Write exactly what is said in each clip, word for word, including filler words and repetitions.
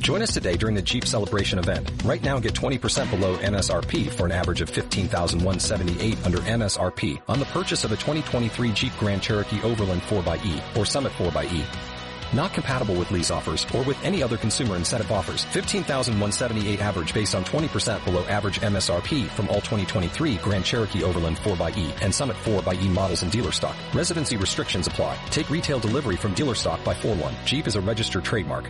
Join us today during the Jeep Celebration event. Right now, get twenty percent below M S R P for an average of fifteen thousand one hundred seventy-eight dollars under M S R P on the purchase of a twenty twenty-three Jeep Grand Cherokee Overland four by E or Summit four by E. Not compatible with lease offers or with any other consumer incentive offers. fifteen thousand one hundred seventy-eight dollars average based on twenty percent below average M S R P from all twenty twenty-three Grand Cherokee Overland four by E and Summit four by E models in dealer stock. Residency restrictions apply. Take retail delivery from dealer stock by four one. Jeep is a registered trademark.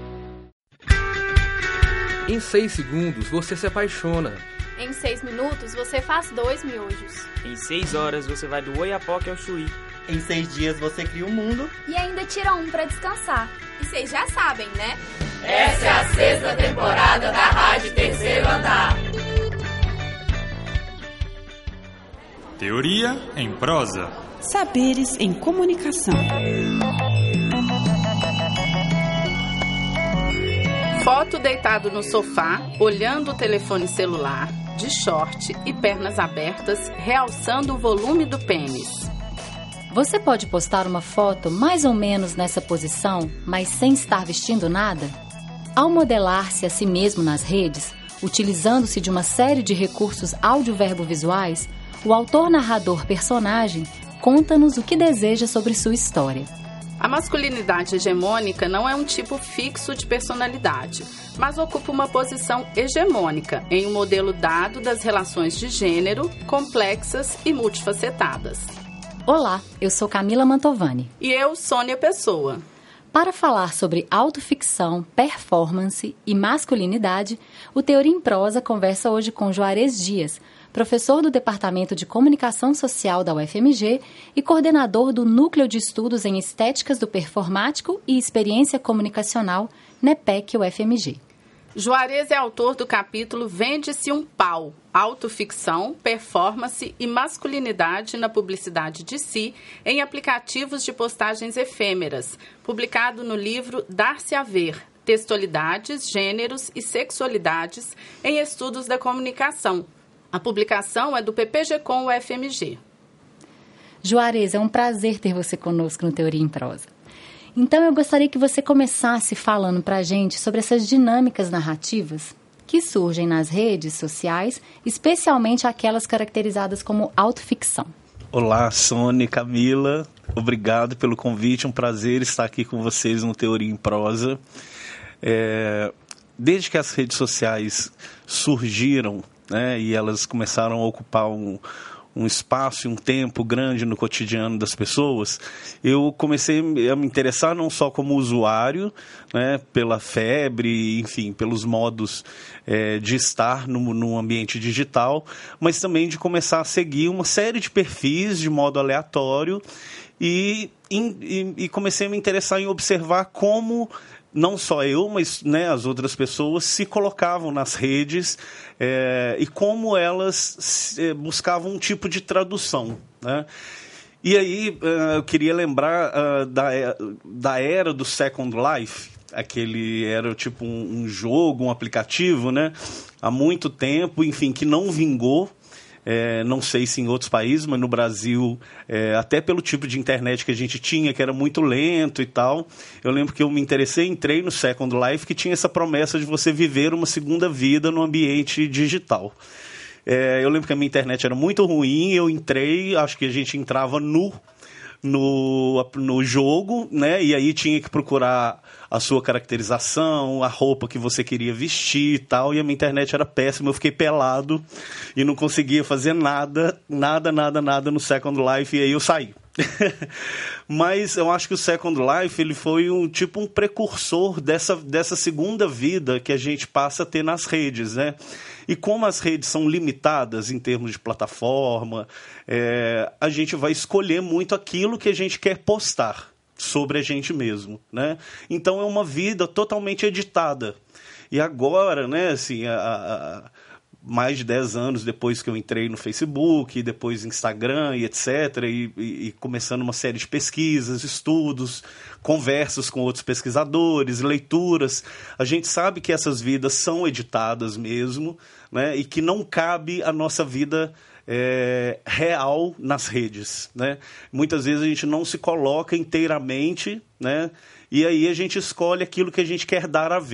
Em seis segundos, você se apaixona. Em seis minutos, você faz dois miojos. Em seis horas, você vai do Oiapoque ao Chuí. Em seis dias, você cria um mundo. E ainda tira um pra descansar. E vocês já sabem, né? Essa é a sexta temporada da Rádio Terceiro Andar. Teoria em prosa. Saberes em comunicação. Foto deitado no sofá, olhando o telefone celular, de short e pernas abertas, realçando o volume do pênis. Você pode postar uma foto mais ou menos nessa posição, mas sem estar vestindo nada? Ao modelar-se a si mesmo nas redes, utilizando-se de uma série de recursos áudio-verbo-visuais, o autor-narrador-personagem conta-nos o que deseja sobre sua história. A masculinidade hegemônica não é um tipo fixo de personalidade, mas ocupa uma posição hegemônica em um modelo dado das relações de gênero, complexas e multifacetadas. Olá, eu sou Camila Mantovani. E eu, Sônia Pessoa. Para falar sobre autoficção, performance e masculinidade, o Teoria em Prosa conversa hoje com Juarez Dias, professor do Departamento de Comunicação Social da U F M G e coordenador do Núcleo de Estudos em Estéticas do Performático e Experiência Comunicacional, NEPEC U F M G. Juarez é autor do capítulo Vende-se um Pau, Autoficção, Performance e Masculinidade na Publicidade de Si em Aplicativos de Postagens Efêmeras, publicado no livro Dar-se a Ver, Textualidades, Gêneros e Sexualidades em Estudos da Comunicação. A publicação é do P P G Com U F M G. Juarez, é um prazer ter você conosco no Teoria em Prosa. Então, eu gostaria que você começasse falando para a gente sobre essas dinâmicas narrativas que surgem nas redes sociais, especialmente aquelas caracterizadas como autoficção. Olá, Sônia e Camila. Obrigado pelo convite. Um prazer estar aqui com vocês no Teoria em Prosa. É, desde que as redes sociais surgiram, né, e elas começaram a ocupar um... um espaço e um tempo grande no cotidiano das pessoas, eu comecei a me interessar não só como usuário, né, pela febre, enfim, pelos modos é, de estar no, no ambiente digital, mas também de começar a seguir uma série de perfis de modo aleatório e, e, e comecei a me interessar em observar como não só eu, mas, né, as outras pessoas se colocavam nas redes é, e como elas se, buscavam um tipo de tradução, né? E aí uh, eu queria lembrar uh, da, da era do Second Life, aquele era tipo um, um jogo, um aplicativo, né? Há muito tempo, enfim, que não vingou. É, não sei se em outros países, mas no Brasil, é, até pelo tipo de internet que a gente tinha, que era muito lento e tal, eu lembro que eu me interessei, entrei no Second Life, que tinha essa promessa de você viver uma segunda vida no ambiente digital. É, eu lembro que a minha internet era muito ruim, eu entrei, acho que a gente entrava nu no, no jogo, né? E aí tinha que procurar a sua caracterização, a roupa que você queria vestir e tal, e a minha internet era péssima, eu fiquei pelado e não conseguia fazer nada, nada, nada, nada no Second Life, e aí eu saí. Mas eu acho que o Second Life ele foi um tipo um precursor dessa, dessa segunda vida que a gente passa a ter nas redes, né? E como as redes são limitadas em termos de plataforma, é, a gente vai escolher muito aquilo que a gente quer postar sobre a gente mesmo, né? Então é uma vida totalmente editada. E agora, né, assim, a, a, mais de dez anos depois que eu entrei no Facebook, depois Instagram e etcétera, e, e, e começando uma série de pesquisas, estudos, conversas com outros pesquisadores, leituras, a gente sabe que essas vidas são editadas mesmo, né, e que não cabe a nossa vida É, real nas redes, né? Muitas vezes a gente não se coloca inteiramente, né? E aí a gente escolhe aquilo que a gente quer dar a ver,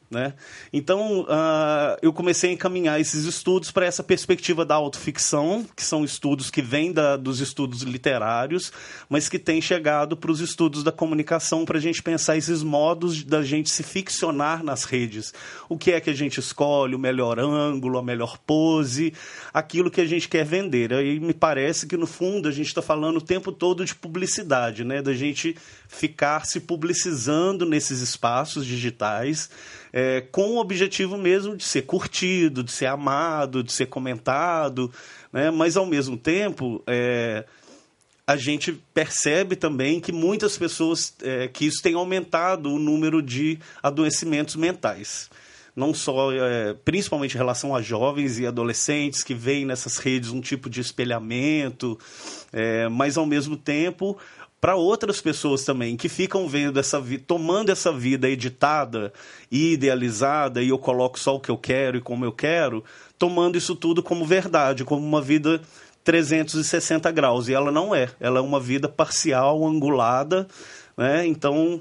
né? Então, uh, eu comecei a encaminhar esses estudos para essa perspectiva da autoficção, que são estudos que vêm da, dos estudos literários, mas que têm chegado para os estudos da comunicação, para a gente pensar esses modos da gente se ficcionar nas redes. O que é que a gente escolhe, o melhor ângulo, a melhor pose, aquilo que a gente quer vender. Aí me parece que, no fundo, a gente está falando o tempo todo de publicidade, né? Da gente ficar se publicizando nesses espaços digitais, É, com o objetivo mesmo de ser curtido, de ser amado, de ser comentado, né? Mas, ao mesmo tempo, é, a gente percebe também que muitas pessoas, é, que isso tem aumentado o número de adoecimentos mentais. Não só, é, principalmente em relação a jovens e adolescentes que veem nessas redes um tipo de espelhamento, é, mas, ao mesmo tempo, para outras pessoas também, que ficam vendo essa vida, tomando essa vida editada e idealizada, e eu coloco só o que eu quero e como eu quero, tomando isso tudo como verdade, como uma vida trezentos e sessenta graus. E ela não é. Ela é uma vida parcial, angulada, né? Então,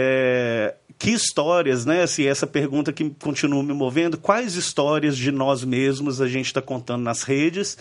é, que histórias, né? Assim, essa pergunta que continua me movendo, quais histórias de nós mesmos a gente está contando nas redes?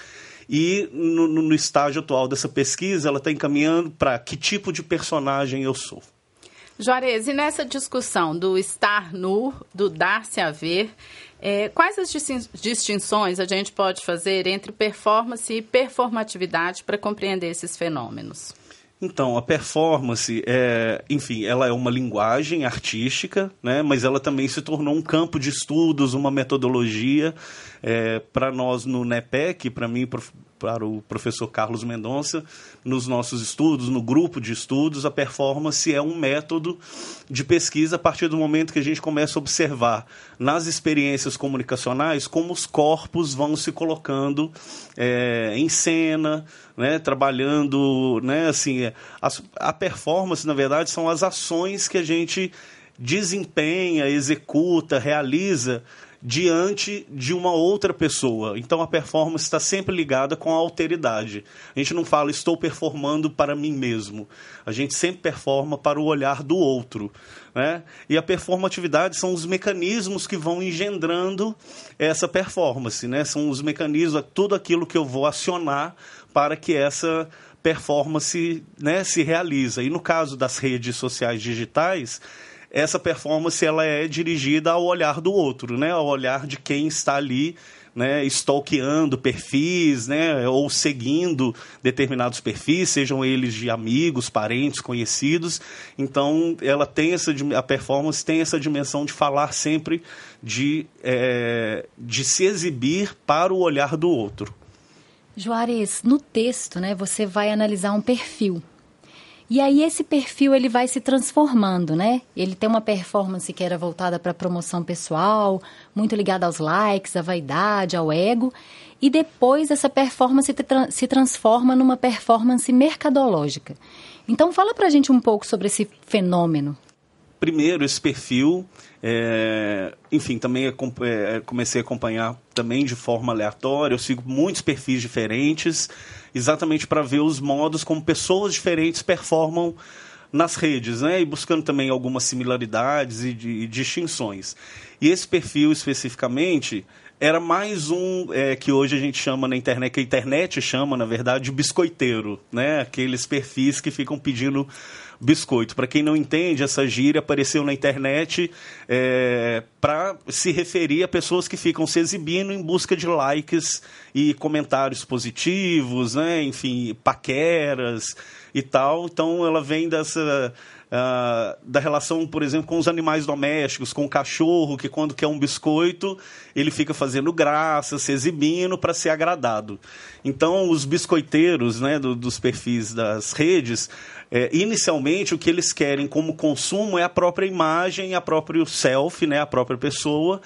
E no, no estágio atual dessa pesquisa, ela está encaminhando para que tipo de personagem eu sou. Juarez, e nessa discussão do estar nu, do dar-se a ver, é, quais as distinções a gente pode fazer entre performance e performatividade para compreender esses fenômenos? Então, a performance, é, enfim, ela é uma linguagem artística, né, mas ela também se tornou um campo de estudos, uma metodologia. É, para nós no NEPEC, para mim, para o professor Carlos Mendonça, nos nossos estudos, no grupo de estudos, a performance é um método de pesquisa a partir do momento que a gente começa a observar nas experiências comunicacionais como os corpos vão se colocando é, em cena, né, trabalhando, né, assim, a, a performance, na verdade, são as ações que a gente desempenha, executa, realiza diante de uma outra pessoa. Então, a performance está sempre ligada com a alteridade. A gente não fala, estou performando para mim mesmo. A gente sempre performa para o olhar do outro, né? E a performatividade são os mecanismos que vão engendrando essa performance, né? São os mecanismos, tudo aquilo que eu vou acionar para que essa performance, né, se realize. E no caso das redes sociais digitais, essa performance ela é dirigida ao olhar do outro, né? Ao olhar de quem está ali, né, stalkeando perfis, né, ou seguindo determinados perfis, sejam eles de amigos, parentes, conhecidos. Então, ela tem essa, a performance tem essa dimensão de falar sempre de, é, de se exibir para o olhar do outro. Juarez, no texto, né, você vai analisar um perfil. E aí esse perfil ele vai se transformando, né? Ele tem uma performance que era voltada para a promoção pessoal, muito ligada aos likes, à vaidade, ao ego. E depois essa performance se transforma numa performance mercadológica. Então fala para a gente um pouco sobre esse fenômeno. Primeiro, esse perfil, é, enfim, também é, comecei a acompanhar também de forma aleatória. Eu sigo muitos perfis diferentes, exatamente para ver os modos como pessoas diferentes performam nas redes, né? E buscando também algumas similaridades e, de, e distinções. E esse perfil especificamente era mais um é, que hoje a gente chama na internet, que a internet chama, na verdade, de biscoiteiro, né? Aqueles perfis que ficam pedindo biscoito. Para quem não entende, essa gíria apareceu na internet é, para se referir a pessoas que ficam se exibindo em busca de likes e comentários positivos, né? Enfim, paqueras e tal. Então, ela vem dessa... Uh, da relação, por exemplo, com os animais domésticos, com o cachorro, que quando quer um biscoito, ele fica fazendo graça, se exibindo para ser agradado. Então, os biscoiteiros, né, do, dos perfis das redes, é, inicialmente, o que eles querem como consumo é a própria imagem, a próprio selfie, né, a própria pessoa,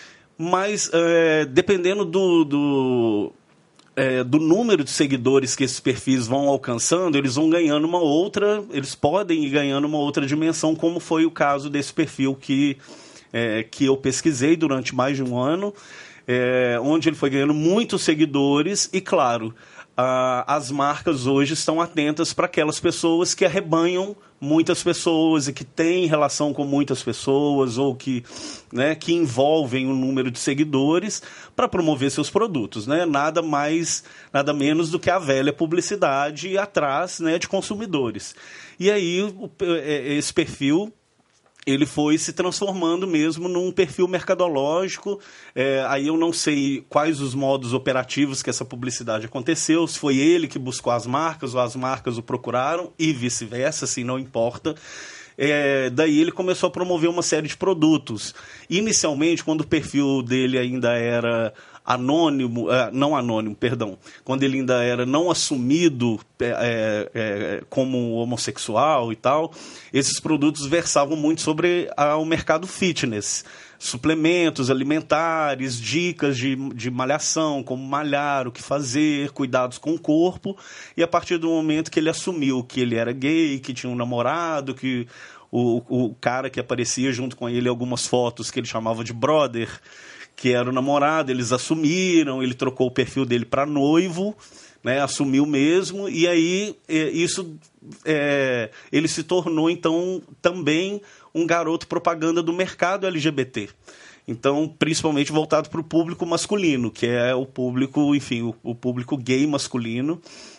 mas é, dependendo do... do É, do número de seguidores que esses perfis vão alcançando, eles vão ganhando uma outra, eles podem ir ganhando uma outra dimensão, como foi o caso desse perfil que, é, que eu pesquisei durante mais de um ano, é, onde ele foi ganhando muitos seguidores e, claro, ah, as marcas hoje estão atentas para aquelas pessoas que arrebanham muitas pessoas e que têm relação com muitas pessoas ou que, né, que envolvem um número de seguidores para promover seus produtos, né? Nada mais, nada menos do que a velha publicidade atrás, né, de consumidores. E aí o, esse perfil ele foi se transformando mesmo num perfil mercadológico. É, aí eu não sei quais os modos operativos que essa publicidade aconteceu, se foi ele que buscou as marcas ou as marcas o procuraram e vice-versa, assim, não importa. É, daí ele começou a promover uma série de produtos. Inicialmente, quando o perfil dele ainda era anônimo, não anônimo, perdão, quando ele ainda era não assumido é, é, como homossexual e tal, esses produtos versavam muito sobre a, o mercado fitness, suplementos alimentares, dicas de, de malhação, como malhar, o que fazer, cuidados com o corpo, e a partir do momento que ele assumiu que ele era gay, que tinha um namorado, que o, o cara que aparecia junto com ele em algumas fotos que ele chamava de brother, que era o namorado, eles assumiram, ele trocou o perfil dele para noivo, né, assumiu mesmo, e aí é, isso, é, ele se tornou, então, também um garoto propaganda do mercado L G B T. Então, principalmente voltado para o público masculino, que é o público, enfim, o, o público gay masculino,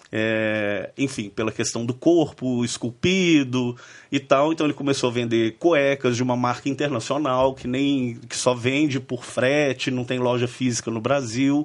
é, enfim, pela questão do corpo esculpido e tal. Então ele começou a vender cuecas de uma marca internacional que, nem, que só vende por frete, não tem loja física no Brasil,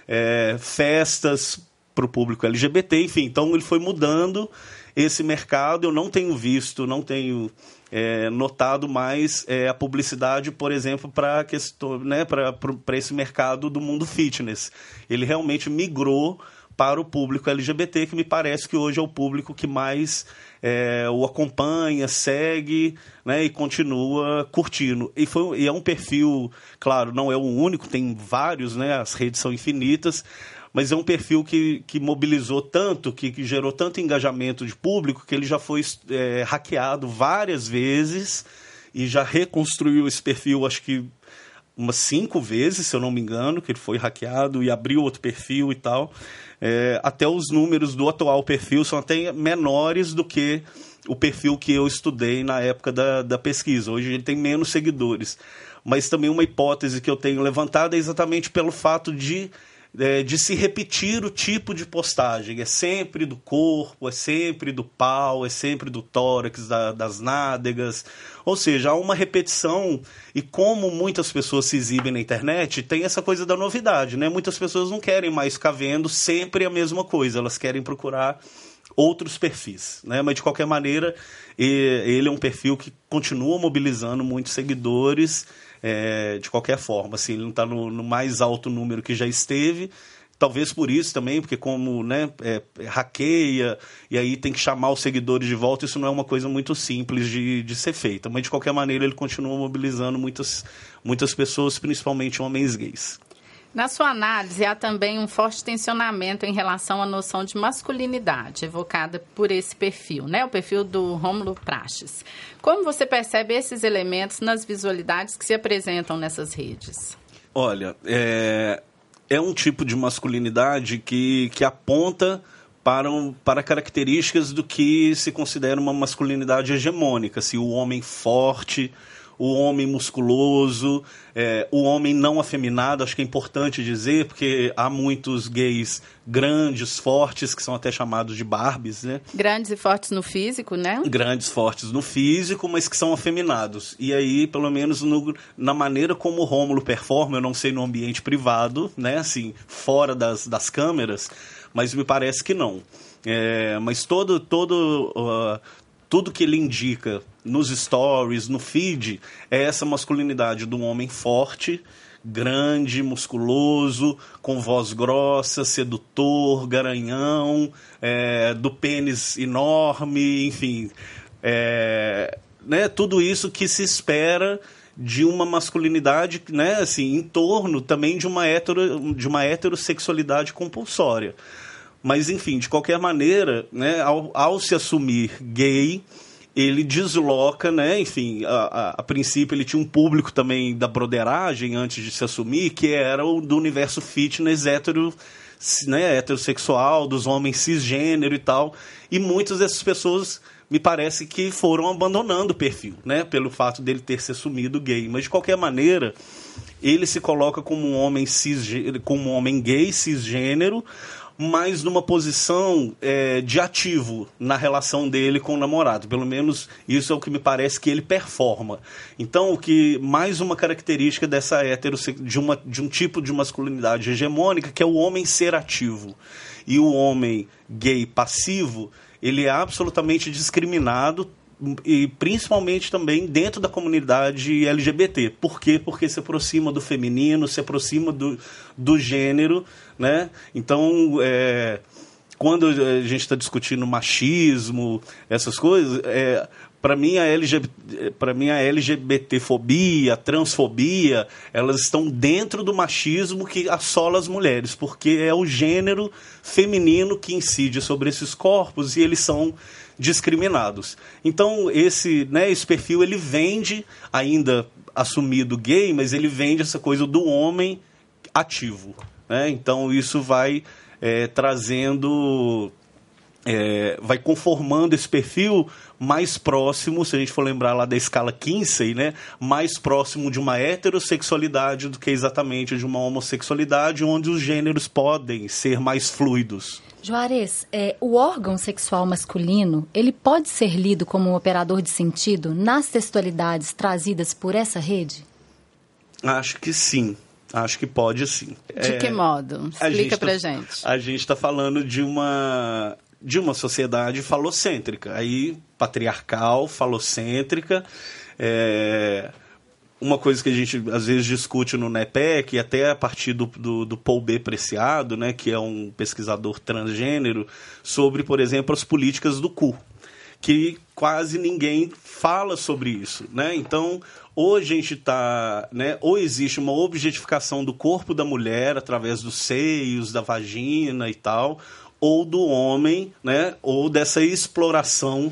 é, festas para o público L G B T, enfim. Então ele foi mudando esse mercado. Eu não tenho visto, não tenho é, notado mais é, a publicidade, por exemplo, para né, para esse mercado do mundo fitness. Ele realmente migrou para o público L G B T, que me parece que hoje é o público que mais é, o acompanha, segue, né, e continua curtindo. E, foi, e é um perfil, claro, não é o único, tem vários, né, as redes são infinitas, mas é um perfil que, que mobilizou tanto, que, que gerou tanto engajamento de público, que ele já foi é, hackeado várias vezes e já reconstruiu esse perfil, acho que umas cinco vezes, se eu não me engano, que ele foi hackeado e abriu outro perfil e tal. É, até os números do atual perfil são até menores do que o perfil que eu estudei na época da, da pesquisa. Hoje ele tem menos seguidores. Mas também uma hipótese que eu tenho levantado é exatamente pelo fato de, é, de se repetir o tipo de postagem. É sempre do corpo, é sempre do pau, é sempre do tórax, da, das nádegas. Ou seja, há uma repetição, e como muitas pessoas se exibem na internet, tem essa coisa da novidade, né? Muitas pessoas não querem mais ficar vendo sempre a mesma coisa, elas querem procurar outros perfis, né? Mas, de qualquer maneira, ele é um perfil que continua mobilizando muitos seguidores, é, de qualquer forma. Assim, ele não está no, no mais alto número que já esteve, talvez por isso também, porque como, né, é, é, hackeia, e aí tem que chamar os seguidores de volta, isso não é uma coisa muito simples de, de ser feita. Mas, de qualquer maneira, ele continua mobilizando muitas, muitas pessoas, principalmente homens gays. Na sua análise, há também um forte tensionamento em relação à noção de masculinidade, evocada por esse perfil, né? O perfil do Rômulo Praxes. Como você percebe esses elementos nas visualidades que se apresentam nessas redes? Olha, é... é um tipo de masculinidade que, que aponta para, um, para características do que se considera uma masculinidade hegemônica. Assim, o homem forte, o homem musculoso, é, o homem não afeminado. Acho que é importante dizer, porque há muitos gays grandes, fortes, que são até chamados de Barbies, né? Grandes e fortes no físico, né? Grandes, fortes no físico, mas que são afeminados. E aí, pelo menos no, na maneira como o Rômulo performa, eu não sei no ambiente privado, né? Assim, fora das, das câmeras, mas me parece que não. É, mas todo, todo, uh, tudo que ele indica nos stories, no feed, é essa masculinidade do homem forte, grande, musculoso, com voz grossa, sedutor, garanhão, é, do pênis enorme, enfim, é, né, tudo isso que se espera de uma masculinidade, né, assim, em torno também de uma, hetero, de uma heterossexualidade compulsória. Mas, enfim, de qualquer maneira, né, ao, ao se assumir gay, ele desloca, né, enfim, a, a, a princípio ele tinha um público também da broderagem antes de se assumir, que era o do universo fitness né, heterossexual, dos homens cisgênero e tal. E muitas dessas pessoas me parece que foram abandonando o perfil, né, pelo fato dele ter se assumido gay. Mas, de qualquer maneira, ele se coloca como um homem, cisgênero, como um homem gay, cisgênero, mas numa posição é, de ativo na relação dele com o namorado. Pelo menos isso é o que me parece que ele performa. Então, o que mais uma característica dessa hétero, de, uma, de um tipo de masculinidade hegemônica, que é o homem ser ativo. E o homem gay passivo, ele é absolutamente discriminado, e principalmente também dentro da comunidade L G B T. Por quê? Porque se aproxima do feminino, se aproxima do, do gênero, né? Então, é, quando a gente está discutindo machismo, essas coisas, é, para mim, a L G B T, para mim a LGBTfobia, a transfobia, elas estão dentro do machismo que assola as mulheres, porque é o gênero feminino que incide sobre esses corpos e eles são discriminados. Então, esse, né, esse perfil, ele vende, ainda assumido gay, mas ele vende essa coisa do homem ativo, né? Então, isso vai é, trazendo... É, vai conformando esse perfil mais próximo, se a gente for lembrar lá da escala Kinsey, né, mais próximo de uma heterossexualidade do que exatamente de uma homossexualidade, onde os gêneros podem ser mais fluidos. Juarez, é, o órgão sexual masculino, ele pode ser lido como um operador de sentido nas textualidades trazidas por essa rede? Acho que sim. Acho que pode sim. De é, que modo? Explica pra gente. A gente está falando de uma... de uma sociedade falocêntrica, aí patriarcal, falocêntrica, é, uma coisa que a gente às vezes discute no NEPEC, até a partir do, do, do Paul B. Preciado, né, que é um pesquisador transgênero, sobre, por exemplo, as políticas do cu, que quase ninguém fala sobre isso, né? Então, ou a gente está, né, ou existe uma objetificação do corpo da mulher através dos seios, da vagina e tal, ou do homem, né, ou dessa exploração,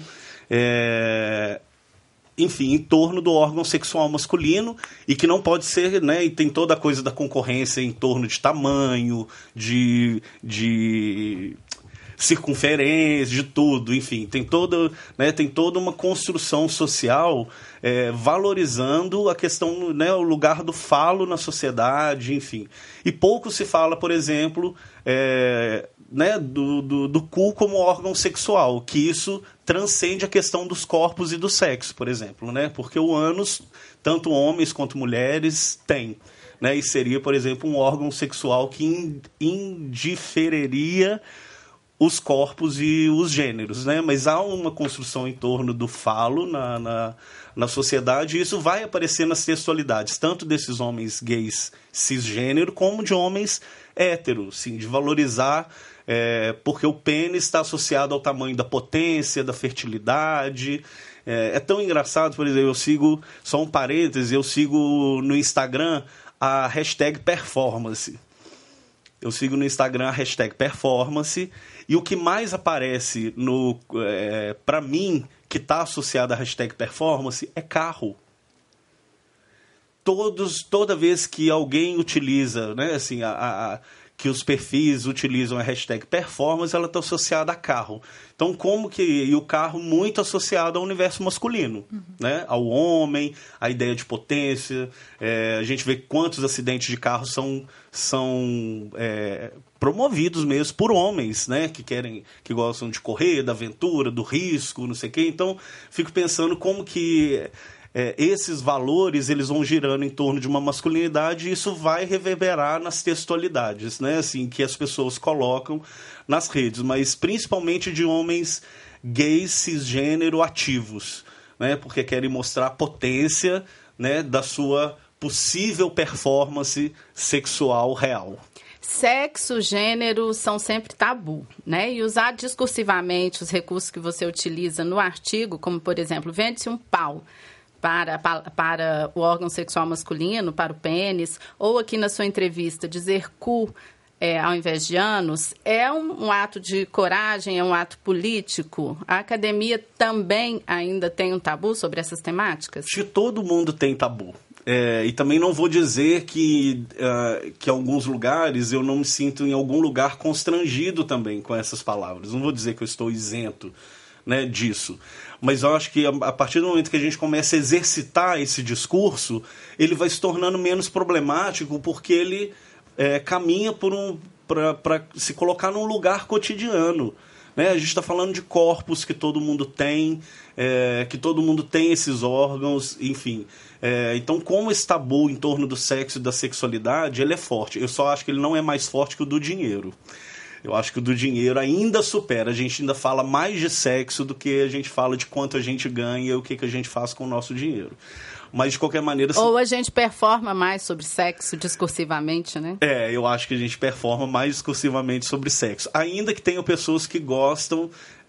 é, enfim, em torno do órgão sexual masculino, e que não pode ser, né, e tem toda a coisa da concorrência em torno de tamanho, de, de circunferência, de tudo, enfim, tem toda, né, tem toda uma construção social é, valorizando a questão, né, o lugar do falo na sociedade, enfim. E pouco se fala, por exemplo, é, né, do, do, do cu como órgão sexual, que isso transcende a questão dos corpos e do sexo, por exemplo, né? Porque o ânus, tanto homens quanto mulheres têm, né? E seria, por exemplo, um órgão sexual que indiferiria os corpos e os gêneros, né? Mas há uma construção em torno do falo na, na, na sociedade, e isso vai aparecer nas textualidades, tanto desses homens gays cisgênero, como de homens héteros, sim, de valorizar, é, porque o pênis está associado ao tamanho da potência, da fertilidade. É, é tão engraçado, por exemplo, eu sigo, só um parêntese, eu sigo no Instagram a hashtag performance. Eu sigo no Instagram a hashtag performance, e o que mais aparece no, é, para mim, que está associado à hashtag performance, é carro. Todos, toda vez que alguém utiliza, né, assim, a, a, que os perfis utilizam a hashtag performance, ela está associada a carro. Então, como que... E o carro muito associado ao universo masculino, uhum, né? Ao homem, à ideia de potência. É, a gente vê quantos acidentes de carro são, são é, promovidos mesmo por homens, né? Que querem, que gostam de correr, da aventura, do risco, não sei o quê. Então, fico pensando como que... É, esses valores, eles vão girando em torno de uma masculinidade, e isso vai reverberar nas textualidades, né, assim, que as pessoas colocam nas redes, mas principalmente de homens gays cisgênero ativos, né, porque querem mostrar a potência, né, da sua possível performance sexual real. Sexo, gênero são sempre tabu, né? E usar discursivamente os recursos que você utiliza no artigo, como, por exemplo, vende-se um pau Para, para, para o órgão sexual masculino, para o pênis, ou aqui na sua entrevista, dizer cu é, ao invés de ânus, é um, um ato de coragem, é um ato político? A academia também ainda tem um tabu sobre essas temáticas? Acho que todo mundo tem tabu. É, e também não vou dizer que, uh, que em alguns lugares eu não me sinto em algum lugar constrangido também com essas palavras. Não vou dizer que eu estou isento, né, disso. Mas eu acho que a, a partir do momento que a gente começa a exercitar esse discurso, ele vai se tornando menos problemático porque ele é, caminha por um, para se colocar num lugar cotidiano. Né? A gente está falando de corpos que todo mundo tem, é, que todo mundo tem esses órgãos, enfim. É, então, como esse tabu em torno do sexo e da sexualidade, ele é forte. Eu só acho que ele não é mais forte que o do dinheiro. Eu acho que o do dinheiro ainda supera. A gente ainda fala mais de sexo do que a gente fala de quanto a gente ganha e o que, que a gente faz com o nosso dinheiro. Mas, de qualquer maneira... Ou a gente performa mais sobre sexo discursivamente, né? É, eu acho que a gente performa mais discursivamente sobre sexo. Ainda que tenham pessoas que gostam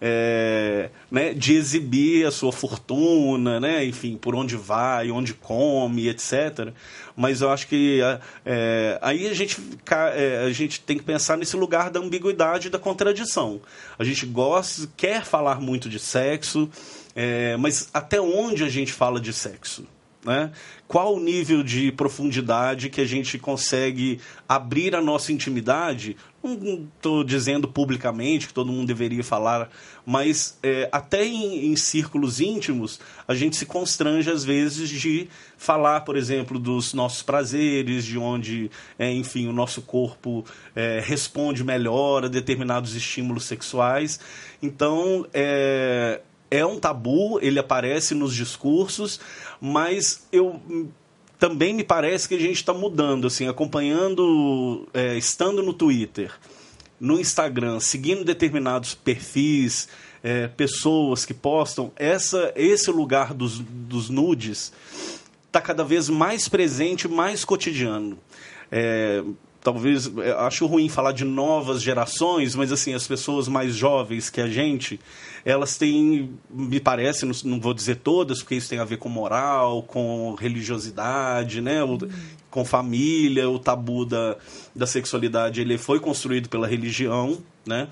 é, né, de exibir a sua fortuna, né? Enfim, por onde vai, onde come, etcétera. Mas eu acho que é, aí a gente, é, a gente tem que pensar nesse lugar da ambiguidade e da contradição. A gente gosta, quer falar muito de sexo, é, mas até onde a gente fala de sexo? Né? Qual o nível de profundidade que a gente consegue abrir a nossa intimidade? Não estou dizendo publicamente que todo mundo deveria falar, mas é, até em, em círculos íntimos a gente se constrange às vezes de falar, por exemplo, dos nossos prazeres, de onde, é, enfim, o nosso corpo é, responde melhor a determinados estímulos sexuais. Então, é... É um tabu, ele aparece nos discursos, mas eu também me parece que a gente está mudando, assim, acompanhando, é, estando no Twitter, no Instagram, seguindo determinados perfis, é, pessoas que postam, essa, esse lugar dos, dos nudes está cada vez mais presente, mais cotidiano. É, talvez, acho ruim falar de novas gerações, mas assim, as pessoas mais jovens que a gente, elas têm, me parece, não vou dizer todas, porque isso tem a ver com moral, com religiosidade, né? O, com família, o tabu da, da sexualidade, ele foi construído pela religião, né?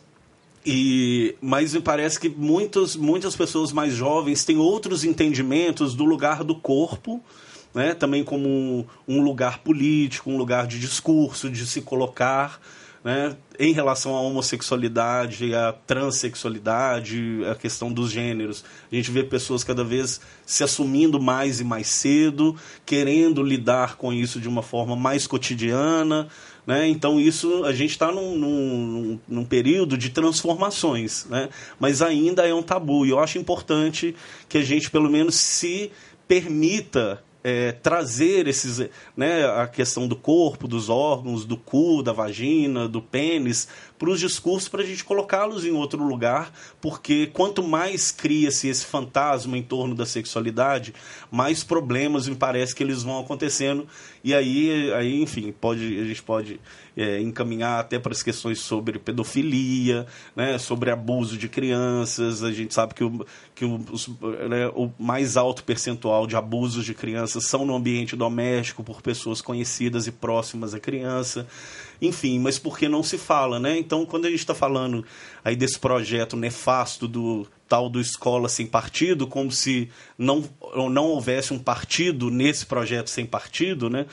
E, mas me parece que muitas, muitas pessoas mais jovens têm outros entendimentos do lugar do corpo, né, também como um, um lugar político, um lugar de discurso, de se colocar, né, em relação à homossexualidade, à transexualidade, a questão dos gêneros. A gente vê pessoas cada vez se assumindo mais e mais cedo, querendo lidar com isso de uma forma mais cotidiana, né? Então isso, a gente está num, num, num período de transformações, né? Mas ainda é um tabu, e eu acho importante que a gente pelo menos se permita É, trazer esses, né, a questão do corpo, dos órgãos, do cu, da vagina, do pênis, para os discursos, para a gente colocá-los em outro lugar, porque quanto mais cria-se esse fantasma em torno da sexualidade, mais problemas me parece que eles vão acontecendo, e aí, aí enfim, pode, a gente pode é, encaminhar até para as questões sobre pedofilia, né, sobre abuso de crianças. A gente sabe que o, que o, os, né, o mais alto percentual de abusos de crianças são no ambiente doméstico, por pessoas conhecidas e próximas à criança. Enfim, mas por que não se fala, né? Então, quando a gente está falando aí desse projeto nefasto do tal do Escola Sem Partido, como se não, não houvesse um partido nesse projeto sem partido, né?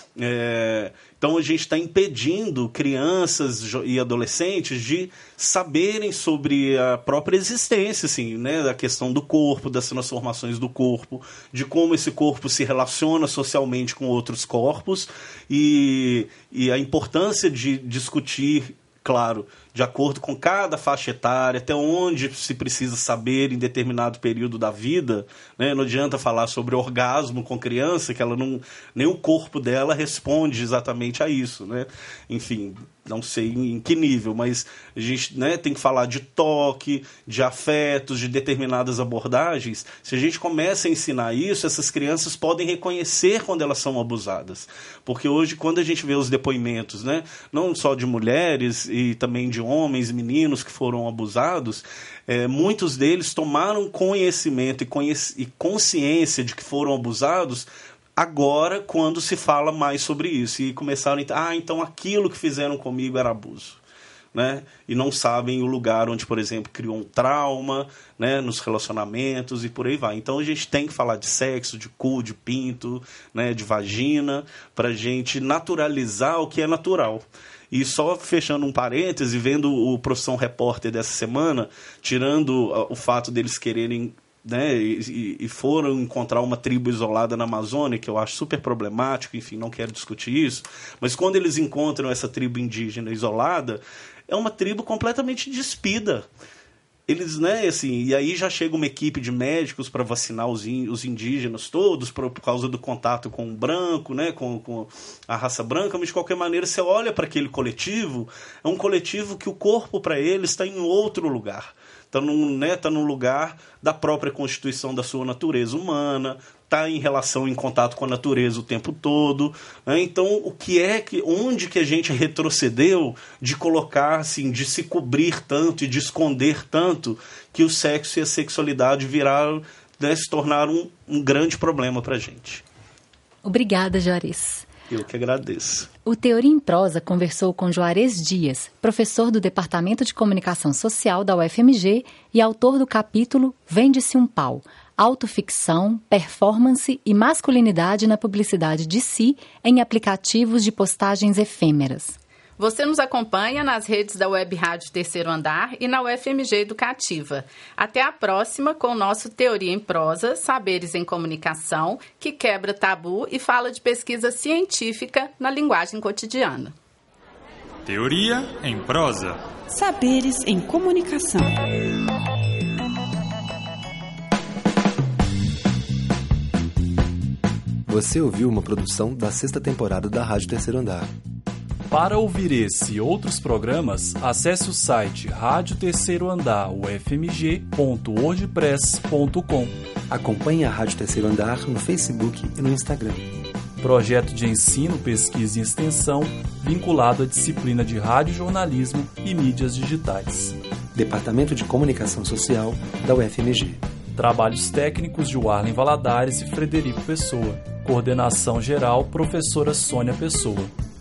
É, então, a gente está impedindo crianças e adolescentes de saberem sobre a própria existência, assim, né? Da questão do corpo, das transformações do corpo, de como esse corpo se relaciona socialmente com outros corpos e, e a importância de discutir, claro, de acordo com cada faixa etária, até onde se precisa saber em determinado período da vida, né? Não adianta falar sobre orgasmo com criança, que ela não, nem o corpo dela responde exatamente a isso, né? Enfim, não sei em que nível, mas a gente, né, tem que falar de toque, de afetos, de determinadas abordagens. Se a gente começa a ensinar isso, essas crianças podem reconhecer quando elas são abusadas. Porque hoje, quando a gente vê os depoimentos, né, não só de mulheres e também de homens e meninos que foram abusados, é, muitos deles tomaram conhecimento e, conhec- e consciência de que foram abusados agora, quando se fala mais sobre isso, e começaram a entender, ah, então aquilo que fizeram comigo era abuso, né? E não sabem o lugar onde, por exemplo, criou um trauma, né? Nos relacionamentos e por aí vai. Então a gente tem que falar de sexo, de cu, de pinto, né? De vagina, para a gente naturalizar o que é natural. E só fechando um parêntese, vendo o Profissão Repórter dessa semana, tirando o fato deles quererem, né, e, e foram encontrar uma tribo isolada na Amazônia, que eu acho super problemático, enfim, não quero discutir isso, mas quando eles encontram essa tribo indígena isolada, é uma tribo completamente despida. Eles, né, assim, e aí já chega uma equipe de médicos para vacinar os, in, os indígenas todos por, por causa do contato com o branco, né, com, com a raça branca, mas de qualquer maneira você olha para aquele coletivo, é um coletivo que o corpo para eles está em outro lugar. Está num, né, tá num lugar da própria constituição da sua natureza humana, está em relação, em contato com a natureza o tempo todo. Né? Então, o que é que, onde que a gente retrocedeu de colocar, assim, de se cobrir tanto e de esconder tanto que o sexo e a sexualidade viraram, né, se tornaram um, um grande problema para a gente. Obrigada, Juarez. Eu que agradeço. O Teoria em Prosa conversou com Juarez Dias, professor do Departamento de Comunicação Social da U F M G e autor do capítulo Vende-se um Pau, Autoficção, Performance e Masculinidade na Publicidade de Si em Aplicativos de Postagens Efêmeras. Você nos acompanha nas redes da Web Rádio Terceiro Andar e na U F M G Educativa. Até a próxima com o nosso Teoria em Prosa, Saberes em Comunicação, que quebra tabu e fala de pesquisa científica na linguagem cotidiana. Teoria em Prosa. Saberes em Comunicação. Você ouviu uma produção da sexta temporada da Rádio Terceiro Andar. Para ouvir esse e outros programas, acesse o site rádio terceiro andar u f m g ponto wordpress ponto com. Acompanhe a Rádio Terceiro Andar no Facebook e no Instagram. Projeto de ensino, pesquisa e extensão vinculado à disciplina de radiojornalismo e mídias digitais. Departamento de Comunicação Social da U F M G. Trabalhos técnicos de Warlen Valadares e Frederico Pessoa. Coordenação geral, professora Sônia Pessoa.